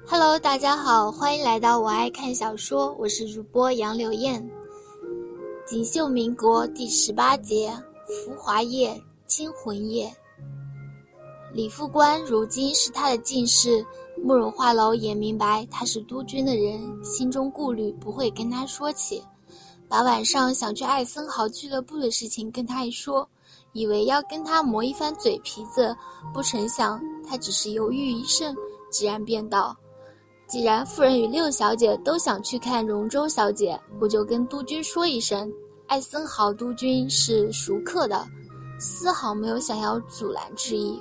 Hello， 大家好，欢迎来到我爱看小说，我是主播杨柳燕。锦绣民国第18节，浮华夜，惊魂夜。李副官如今是他的近侍，慕容画楼也明白他是督军的人，心中顾虑不会跟他说起，把晚上想去艾森豪俱乐部的事情跟他一说，以为要跟他磨一番嘴皮子，不成想他只是犹豫一瞬，毅然便道：既然夫人与六小姐都想去看荣州小姐，我就跟督军说一声，艾森豪督军是熟客的，丝毫没有想要阻拦之意。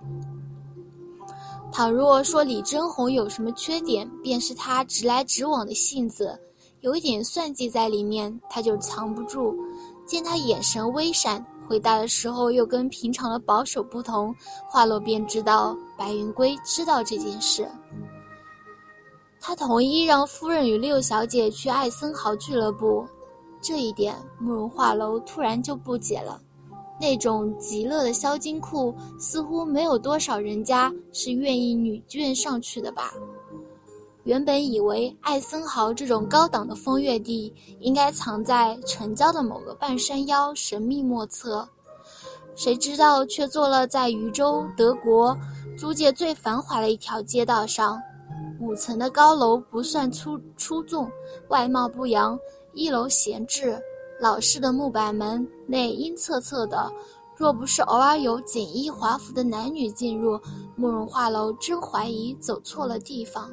倘若说李真红有什么缺点，便是他直来直往的性子，有一点算计在里面，他就藏不住。见他眼神微闪，回答的时候又跟平常的保守不同，话落便知道白云归知道这件事。他同意让夫人与六小姐去艾森豪俱乐部，这一点慕容画楼突然就不解了。那种极乐的销金库，似乎没有多少人家是愿意女眷上去的吧。原本以为艾森豪这种高档的风月地应该藏在城郊的某个半山腰，神秘莫测，谁知道却坐落在渝州德国租界最繁华的一条街道上。5层的高楼不算出众，外貌不扬，1楼闲置，老式的木板门，内阴恻恻的，若不是偶尔有锦衣华服的男女进入，慕容画楼真怀疑走错了地方。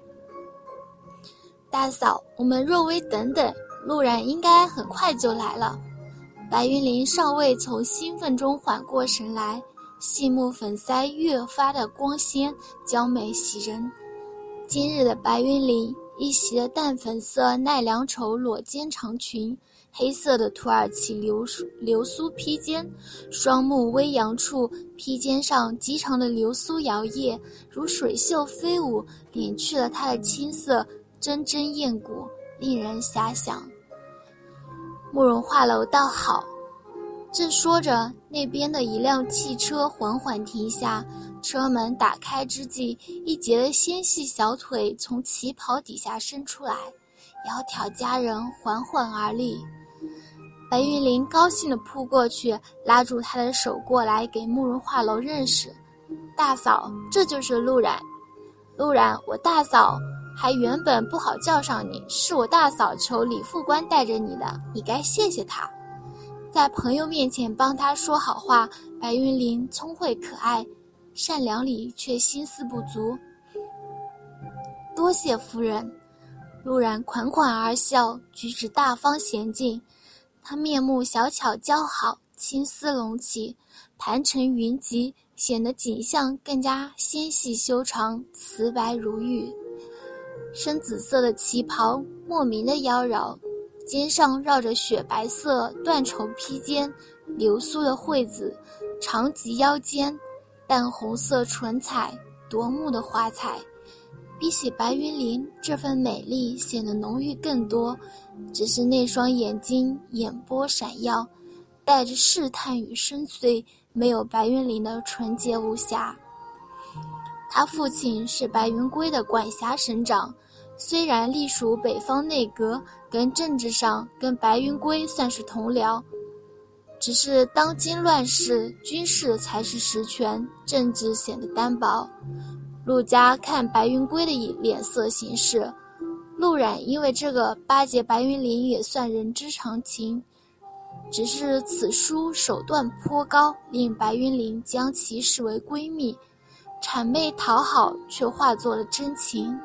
大嫂，我们若微等等，陆然应该很快就来了。白云林尚未从兴奋中缓过神来，细目粉腮越发的光鲜娇美喜人。今日的白云林一袭的淡粉色奈良绸裸肩长裙，黑色的土耳其流苏披肩，双目微扬处，披肩上极长的流苏摇曳，如水袖飞舞，敛去了它的青涩，真真艳骨，令人遐想。慕容画楼倒好。正说着，那边的一辆汽车缓缓停下，车门打开之际，一截的纤细小腿从旗袍底下伸出来，窈窕佳人缓缓而立。白云林高兴地扑过去，拉住他的手过来给慕容画楼认识。大嫂，这就是陆然。陆然，我大嫂还原本不好叫上你，是我大嫂求李副官带着你的，你该谢谢他。在朋友面前帮他说好话，白云林聪慧可爱，善良里却心思不足。多谢夫人。陆然款款而笑，举止大方娴静，他面目小巧姣好，青丝隆起，盘成云髻，显得景象更加纤细修长，瓷白如玉。深紫色的旗袍莫名的妖娆，肩上绕着雪白色缎绸披肩，流苏的穗子长及腰间，淡红色唇彩，夺目的花彩，比起白云林这份美丽显得浓郁更多，只是那双眼睛眼波闪耀，带着试探与深邃，没有白云林的纯洁无瑕。他父亲是白云归的管辖省长，虽然隶属北方内阁，跟政治上跟白云归算是同僚，只是当今乱世，军事才是实权，政治显得单薄。陆家看白云归的脸色行事，陆冉因为这个巴结白云林也算人之常情，只是此书手段颇高，令白云林将其视为闺蜜，谄媚讨好却化作了真情。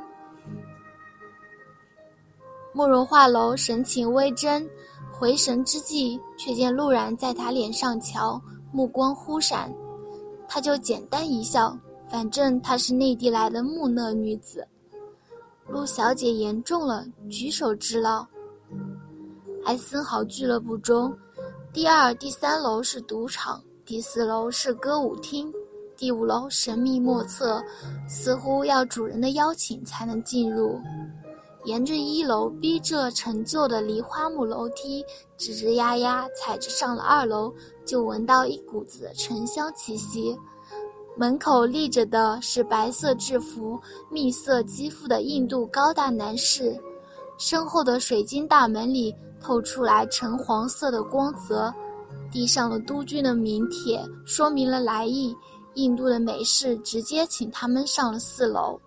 慕容画楼神情微怔，回神之际，却见陆然在他脸上瞧，目光忽闪，他就简单一笑，反正她是内地来的木讷女子。陆小姐言重了，举手之劳。艾森豪俱乐部中，第2、第3楼是赌场，第4楼是歌舞厅，第5楼神秘莫测，似乎要主人的邀请才能进入。沿着1楼逼仄陈旧的梨花木楼梯，吱吱呀呀踩着上了2楼，就闻到一股子的沉香气息。 门口立着的是白色制服、蜜色肌肤的印度高大男士，身后的水晶大门里透出来橙黄色的光泽，地上的督军的名帖说明了来意，印度的美士直接请他们上了4楼。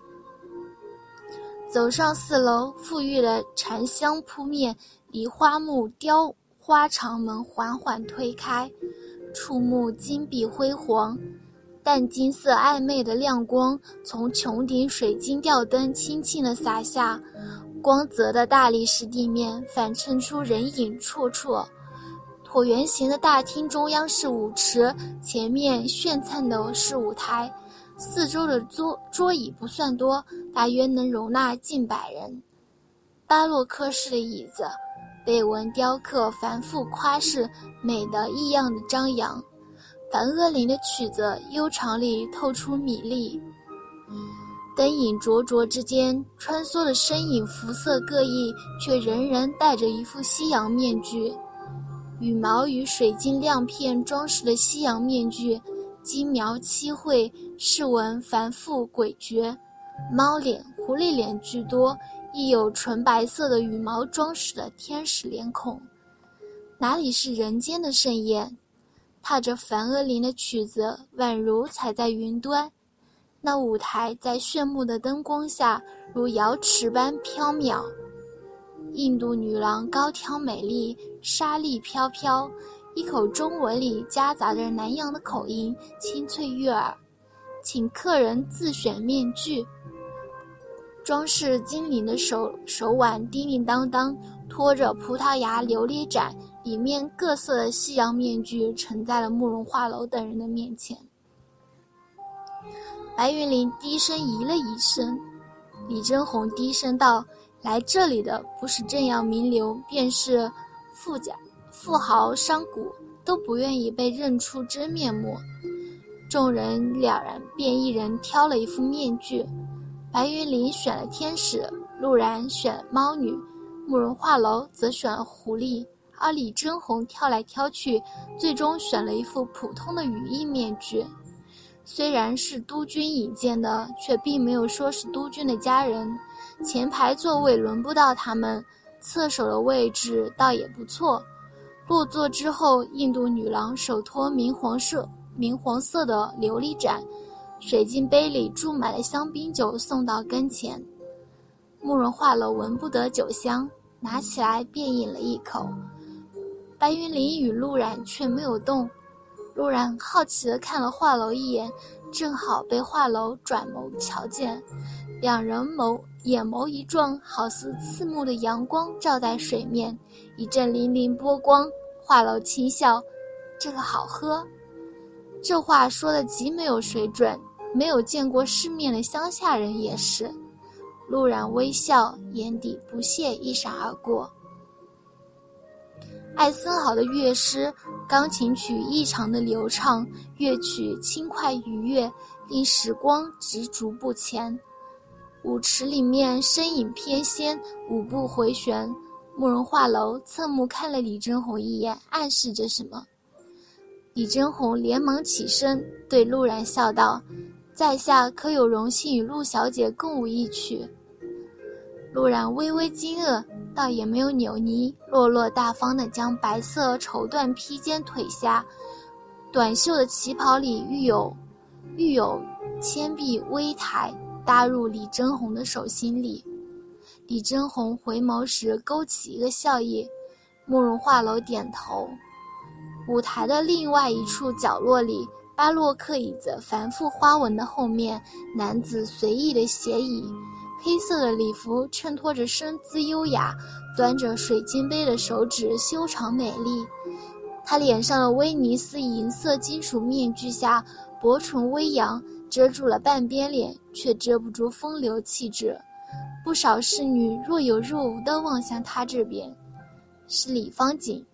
走上4楼，馥郁的禅香扑面，梨花木雕花长门缓缓推开，触目金碧辉煌，淡金色暧昧的亮光从穹顶水晶吊灯轻轻地洒下，光泽的大理石地面反衬出人影绰绰。椭圆形的大厅中央是舞池，前面炫灿的是舞台，四周的桌椅不算多，大约能容纳近100人。巴洛克式的椅子，碑文雕刻繁复夸饰，美得异样的张扬。梵阿林的曲子悠长里透出米粒，灯影灼灼之间，穿梭的身影肤色各异，却人人戴着一副西洋面具。羽毛与水晶亮片装饰的西洋面具，精描漆绘，饰纹繁复诡谲，猫脸、狐狸脸居多，亦有纯白色的羽毛装饰的天使脸孔。哪里是人间的盛宴？踏着梵阿林的曲子，宛如踩在云端。那舞台在炫目的灯光下，如瑶池般飘渺。印度女郎高挑美丽，纱丽飘飘，一口中文里夹杂着南洋的口音，清脆悦耳。请客人自选面具。装饰精灵的手腕叮叮当当，拖着葡萄牙琉璃盏，里面各色的西洋面具呈在了慕容画楼等人的面前。白云林低声咦了一声，李真红低声道：“来这里的不是这样名流，便是富豪商贾，都不愿意被认出真面目。”众人了然，便一人挑了一副面具。白云林选了天使，陆然选猫女，慕容画楼则选了狐狸，而李真红挑来挑去，最终选了一副普通的羽翼面具。虽然是督军引荐的，却并没有说是督军的家人。前排座位轮不到他们，侧手的位置倒也不错。落座之后，印度女郎手托明黄色的琉璃盏，水晶杯里注满了香槟酒送到跟前。慕容画楼闻不得酒香，拿起来便饮了一口。白云林与陆然却没有动。陆然好奇地看了画楼一眼，正好被画楼转眸瞧见，两人眼眸一撞，好似刺目的阳光照在水面，一阵粼粼波光。画楼轻笑：“这个好喝。”这话说得极没有水准，没有见过世面的乡下人也是。陆然微笑，眼底不屑一闪而过。艾森豪的乐师，钢琴曲异常的流畅，乐曲轻快愉悦，令时光执着不前。舞池里面身影翩跹，舞步回旋。慕容画楼侧目看了李真红一眼，暗示着什么。李真红连忙起身，对陆然笑道：“在下可有荣幸与陆小姐共舞一曲？”陆然微微惊愕，倒也没有扭捏，落落大方地将白色绸缎披肩腿下，短袖的旗袍里育有铅臂微抬，搭入李真红的手心里。李真红回眸时勾起一个笑意，慕容画楼点头。舞台的另外一处角落里，巴洛克椅子繁复花纹的后面，男子随意的斜倚，黑色的礼服衬托着身姿优雅，端着水晶杯的手指修长美丽。他脸上的威尼斯银色金属面具下，薄唇微扬，遮住了半边脸，却遮不住风流气质。不少侍女若有若无地望向他这边，是李方锦。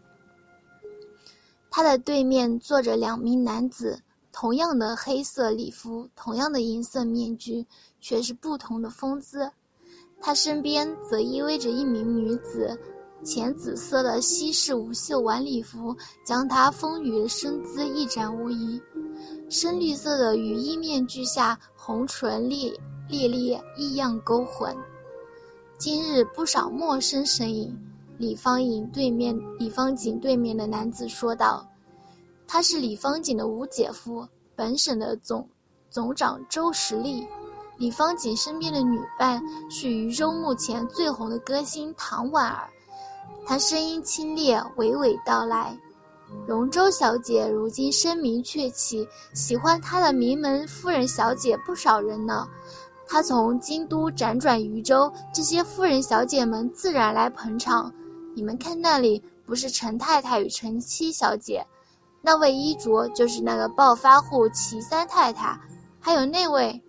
他的对面坐着2名男子，同样的黑色礼服，同样的银色面具，却是不同的风姿。他身边则依偎着一名女子， 浅紫色的西式无袖晚礼服将她丰腴的身姿一展无遗，深绿色的羽衣面具下红唇烈烈异样勾魂。今日不少陌生身影，李方景对面的男子说道，他是李方景的五姐夫，本省的总长周实力。李方景身边的女伴是渝州目前最红的歌星唐婉儿，她声音清冽，娓娓道来。龙舟小姐如今声名鹊起，喜欢她的名门夫人小姐不少人呢。她从京都辗转渝州，这些夫人小姐们自然来捧场。你们看那里，不是陈太太与陈七小姐，那位衣着就是那个暴发户齐三太太，还有那位。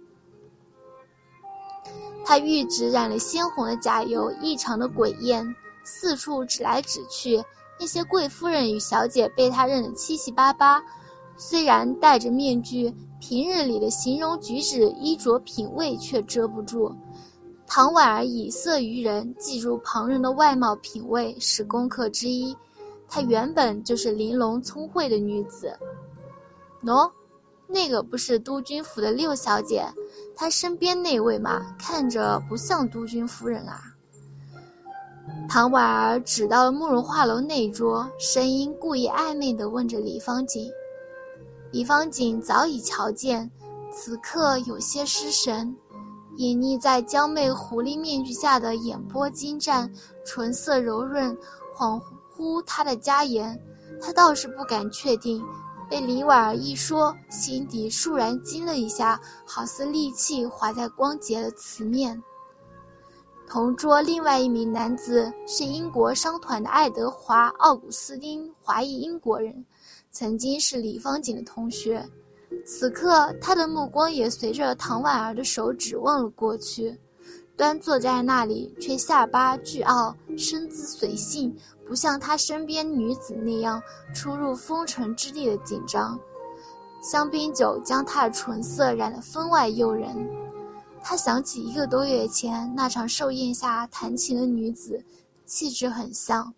她玉指染了鲜红的假油，异常的诡艳，四处指来指去，那些贵夫人与小姐被她认得七七八八。虽然戴着面具，平日里的形容举止、衣着品味却遮不住。唐婉儿以色于人，记住旁人的外貌品味是功课之一。她原本就是玲珑聪慧的女子。喏，那个不是督军府的六小姐，她身边那位嘛，看着不像督军夫人啊。唐婉儿指到了慕容画楼那桌，声音故意暧昧地问着李方景。李方景早已瞧见，此刻有些失神，隐匿在娇媚狐狸面具下的眼波精湛，唇色柔润，恍惚她的佳颜，他倒是不敢确定。被李婉儿一说，心底倏然惊了一下，好似利器划在光洁的瓷面。同桌另外一名男子是英国商团的爱德华·奥古斯丁，华裔英国人，曾经是李方景的同学。此刻他的目光也随着唐婉儿的手指望了过去，端坐在那里，却下巴倨傲，身姿随性，不像他身边女子那样出入风尘之地的紧张。香槟酒将他的唇色染得分外诱人。他想起1个多月前那场寿宴下弹琴的女子，气质很像。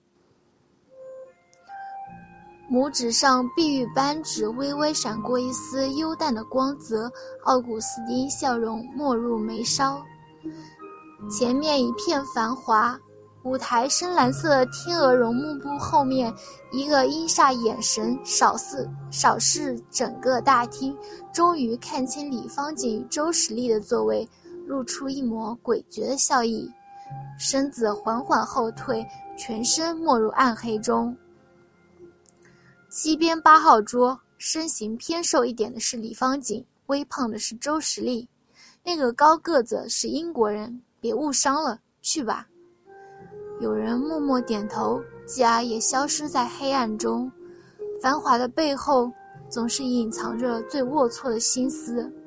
拇指上碧玉扳指微微闪过一丝幽淡的光泽，奥古斯丁笑容没入眉梢。前面一片繁华，舞台深蓝色的天鹅绒幕布后面，一个阴煞眼神扫视整个大厅，终于看清李方景与周实力的座位，露出一抹诡谲的笑意，身子缓缓后退，全身没入暗黑中。西边8号桌，身形偏瘦一点的是李方景，微胖的是周实力，那个高个子是英国人，别误伤了，去吧。有人默默点头，继而也消失在黑暗中。繁华的背后，总是隐藏着最龌龊的心思。